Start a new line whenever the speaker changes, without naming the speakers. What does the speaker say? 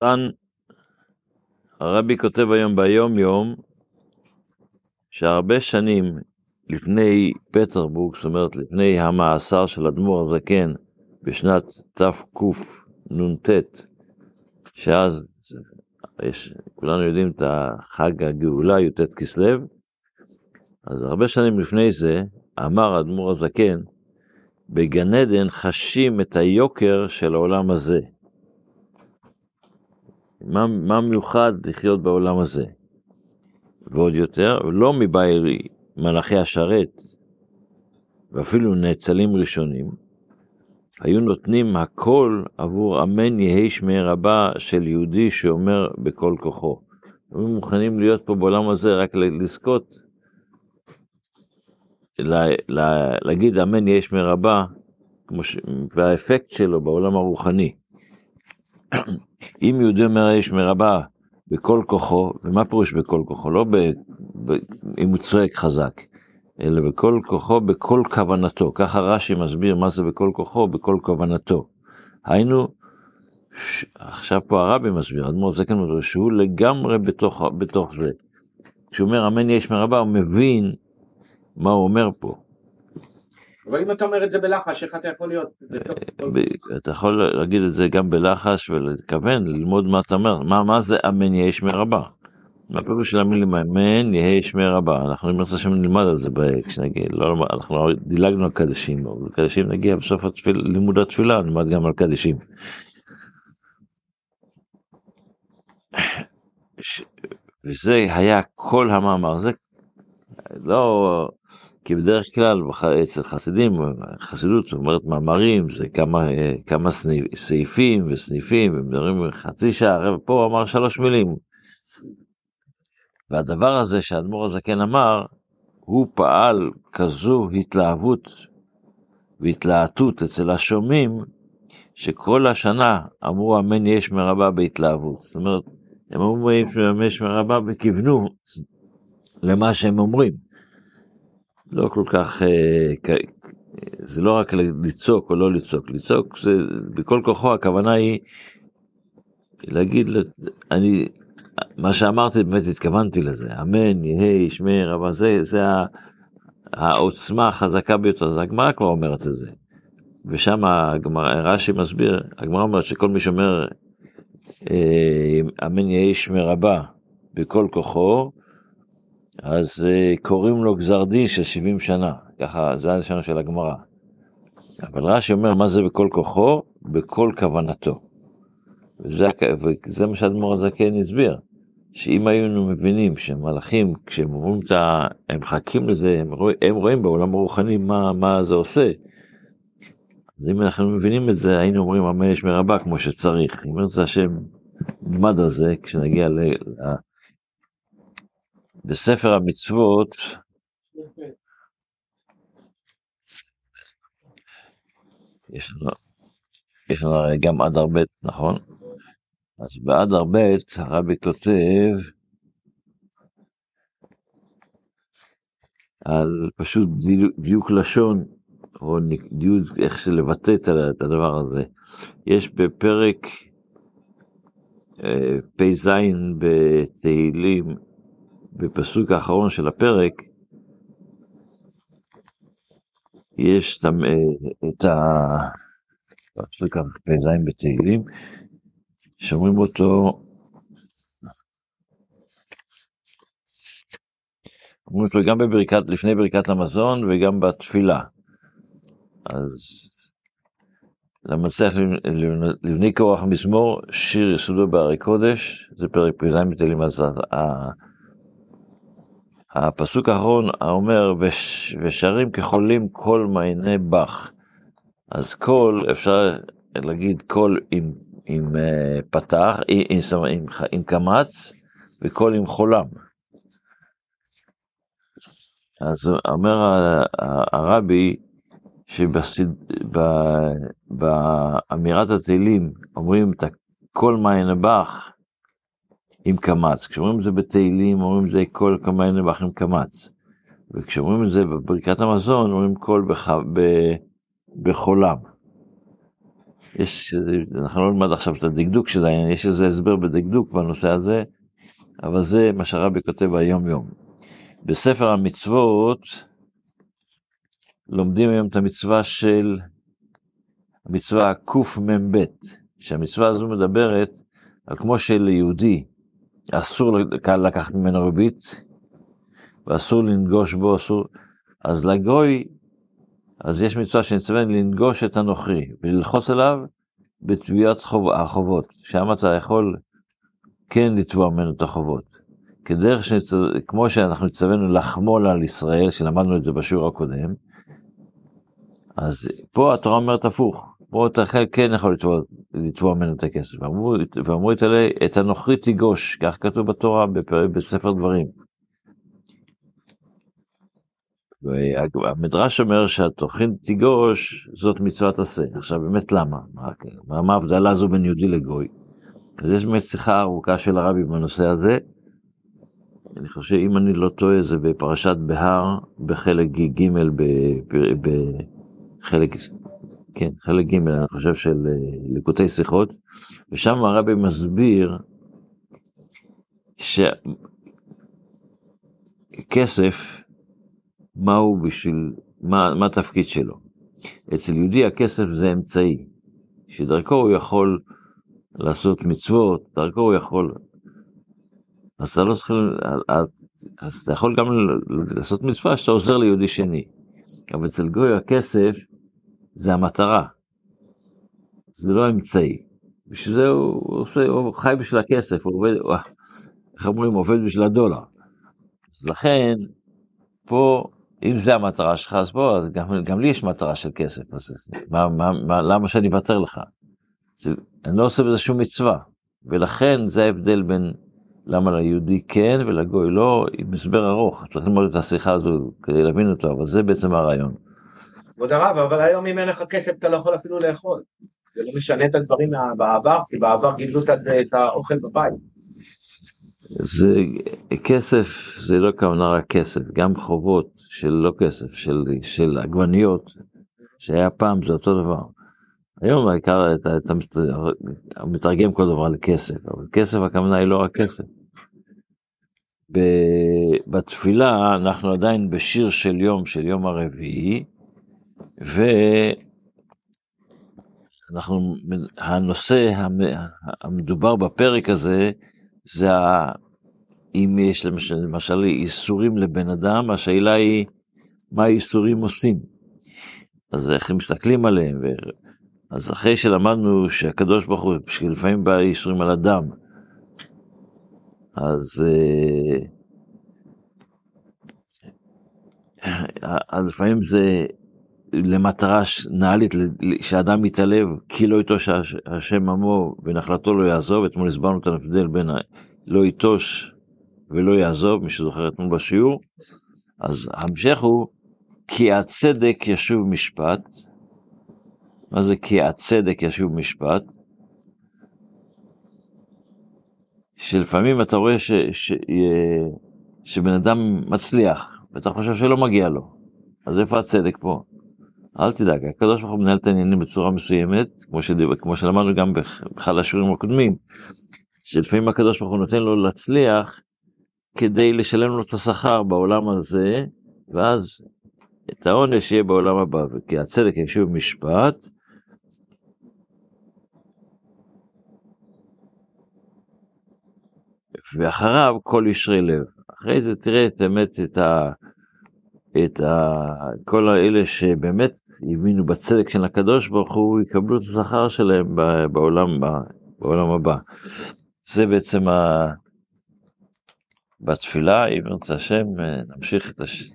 כאן הרבי כותב היום ביום יום שהרבה שנים לפני פטרבורג, זאת אומרת לפני המאסר של אדמו"ר הזקן בשנת תקנ"ט, שאז כולנו יודעים את החג הגאולה י"ט כסלו, אז הרבה שנים לפני זה אמר אדמו"ר הזקן, בגן עדן חשים את היוקר של העולם הזה. מה מיוחד לחיות בעולם הזה? ועוד יותר, לא מבאי מלאכי השרת, ואפילו נאצלים ראשונים, היו נותנים הכל עבור אמן יהי שמי רבה של יהודי שאומר בכל כוחו. היו מוכנים להיות פה בעולם הזה רק לזכות, להגיד אמן יהי שמי רבה, והאפקט שלו בעולם הרוחני. אם יהודי אומר יהי שמי רבה בכל כוחו, ומה פירוש בכל כוחו? לא אם הוא צועק חזק, אלא בכל כוחו, בכל כוונתו. ככה רש"י מסביר מה זה בכל כוחו, בכל כוונתו. היינו, עכשיו פה הרבי מסביר, אדמו"ר הזקן מסביר, שהוא לגמרי בתוך זה. כשהוא אומר אמן יהי שמי רבה, הוא מבין מה הוא אומר פה.
אבל אם אתה אומר את זה בלחש, איך אתה יכול להיות?
אתה יכול להגיד את זה גם בלחש ולכוון, ללמוד מה אתה אומר. מה זה אמן יהי שמי רבה? מה פירוש של המילים אמן יהי שמי רבה? אנחנו נרצה שנלמד על זה כשנגיע, אנחנו דילגנו על קדשים, אבל קדשים נגיע בסוף לימוד התפילה, נלמד גם על קדשים. וזה היה כל המאמר, זה לא, כי בדרך כלל אצל חסידים, חסידות זאת אומרת מאמרים, זה כמה סעיפים וסניפים, ומדברים חצי שעה, פה אמר 3 מילים. והדבר הזה שהאדמו"ר הזקן אמר, הוא פעל כזו התלהבות והתלהטות אצל השומעים, שכל השנה אמרו אמן יהי שמי רבה בהתלהבות. זאת אומרת, הם אמרו אמן יהי שמי רבה וכיוונו למה שהם אומרים. לא כל כך, זה לא רק לצעוק או לא לצעוק. לצעוק זה בכל כוחו, הכוונה היא להגיד, מה שאמרתי באמת התכוונתי לזה, אמן יהי שמי רבה, זה העוצמה החזקה ביותר, זה הגמרא כבר אומרת את זה, ושם רש"י מסביר, הגמרא אומרת שכל מי שאומר אמן יהי שמי רבה בכל כוחו, אז קוראים לו גזר דין של 70 שנה, ככה זה הלשון של הגמרא, אבל רש"י אומר מה זה בכל כוחו? בכל כוונתו, וזה מה שהאדמו"ר הזקן הסביר, שאם היינו מבינים שמלאכים, כשהם אומרים הם מחכים לזה, הם רואים בעולם הרוחני מה זה עושה, אז אם אנחנו מבינים את זה, היינו אומרים אמן יהי שמי רבה כמו שצריך. אם ירצה השם נלמד על זה, כשנגיע בספר המצוות, יש לנו גם אדר ב', נכון? אז באדר ב' הרבי כותב על פשוט דיוק לשון, או דיוק איך שלבטא את הדבר הזה. יש בפרק פ"ז בתהילים, בפסוק האחרון של הפרק, יש את הפסוק פ"ז בתהילים, שאומרים אותו, אומרים אותו גם לפני ברכת המזון וגם בתפילה. אז למצליח לבני כוח מזמור, שיר יסודו בהרי קודש, זה פרק פ"ז בתהילים. אז הפסוק האחרון אומר, ושרים כחולים כל מעייני בח. אז קול, אפשר להגיד קול עם פתח, עם קמץ, וקול עם חולם. אז אומר הרבי, שבאמירת התהילים אומרים את כל מעייני בח עם קמץ. כשאומרים את זה בתהילים, אומרים את זה כל מעייני בח עם קמץ. וכשאומרים את זה בברכת המזון, אומרים קול בחולם. אנחנו לא נלמד עכשיו את הדקדוק של העניין, יש איזה הסבר בדקדוק בנושא הזה, אבל זה מה שהרבי כותב היום יום. בספר המצוות, לומדים היום את המצווה של, המצווה קמ"ב, שהמצווה הזו מדברת על כמו שליהודי אסור לקחת ממנו ריבית, ואסור לנגוש בו, אסור, אז לגוי, אז יש מצווה שנצטווה לנגוש את הנוכרי, וללחוץ עליו בתביעת החובות, שם אתה יכול כן לתבוע ממנו את החובות, כדרך כמו שאנחנו נצטווינו לחמול על ישראל, שלמדנו את זה בשיעור הקודם, אז פה התורה אומרת הפוך, פה אתה כן יכול לתבוע ממנו את הכסף, ואמרו את הנוכרי תיגוש, כך כתוב בתורה בספר דברים. והמדרש אומר שהתוכן תיגוש זאת מצוות עשה. עכשיו באמת למה? מה ההבדלה הזו בין יהודי לגוי? אז יש באמת שיחה ארוכה של הרבי בנושא הזה. אני חושב אם אני לא טועה זה בפרשת בהר בחלק ג' בחלק חלק ג' אני חושב של ליקוטי שיחות, ושם הרבי מסביר שכסף מהו בשביל, מה התפקיד שלו. אצל יהודי הכסף זה אמצעי, שדרכו הוא יכול לעשות מצוות, דרכו הוא יכול, אז אתה לא צריך, אז אתה יכול גם לעשות מצווה שאתה עוזר ליהודי שני, אבל אצל גוי הכסף זה המטרה, זה לא אמצעי, בשביל זה הוא חי בשביל הכסף, הוא עובד, איך אומרים, עובד בשביל הדולר, אז לכן, פה, אם זה המטרה שלך, אז בוא, אז גם לי יש מטרה של כסף, אז למה שאני אוותר לך? אני לא עושה בזה שום מצווה, ולכן זה ההבדל בין למה ליהודי כן ולגוי לא, עם הסבר ארוך, צריך ללמוד את השיחה הזו כדי להבין אותו, אבל זה בעצם הרעיון.
כבוד הרב, אבל היום אם אין לך כסף אתה לא יכול אפילו לאכול, זה לא משנה את הדברים בעבר, כי בעבר גידלו את האוכל בבית.
זה כסף, זה לא כמובן רק כסף, גם חובות של לא כסף, של עגבניות, שהיה פעם זה אותו דבר. היום העיקר אתה מתרגם כל דבר לכסף, אבל כסף הכוונה היא לא רק כסף. בתפילה אנחנו עדיין בשיר של יום הרביעי, ואנחנו, הנושא המדובר בפרק הזה, זה אם יש למשל איסורים לבן אדם, השאלה היא מה האיסורים עושים, אז איך הם מסתכלים עליהם, אז אחרי שלמדנו שהקדוש ברוך הוא, שלפעמים בא איסורים על אדם, אז לפעמים זה למטרה נעלית, שאדם יתעלב, כי לא יטוש השם עמו ונחלתו לא יעזוב. אתמול הסברנו את ההבדל בין לא יטוש ולא יעזוב, מי שזוכר אתמול בשיעור. אז המשך הוא, כי הצדק ישוב משפט. מה זה כי הצדק ישוב משפט? שלפעמים אתה רואה שבן אדם מצליח, ואתה חושב שלא מגיע לו. אז איפה הצדק פה? אל תדאג, הקדוש ברוך הוא מנהל את העניינים בצורה מסוימת, כמו שלמדנו גם באחד השיעורים הקודמים, שלפעמים הקדוש ברוך הוא נותן לו להצליח, כדי לשלם לו את השכר בעולם הזה, ואז את העונש יהיה בעולם הבא, כי הצדק ישוב משפט, ואחריו כל ישרי לב. אחרי זה תראה את האמת, כל האלה שבאמת יבינו בצדק של הקדוש ברוך הוא, יקבלו את השכר שלהם בעולם הבא. זה בעצם בתפילה, אם נרצה השם, נמשיך את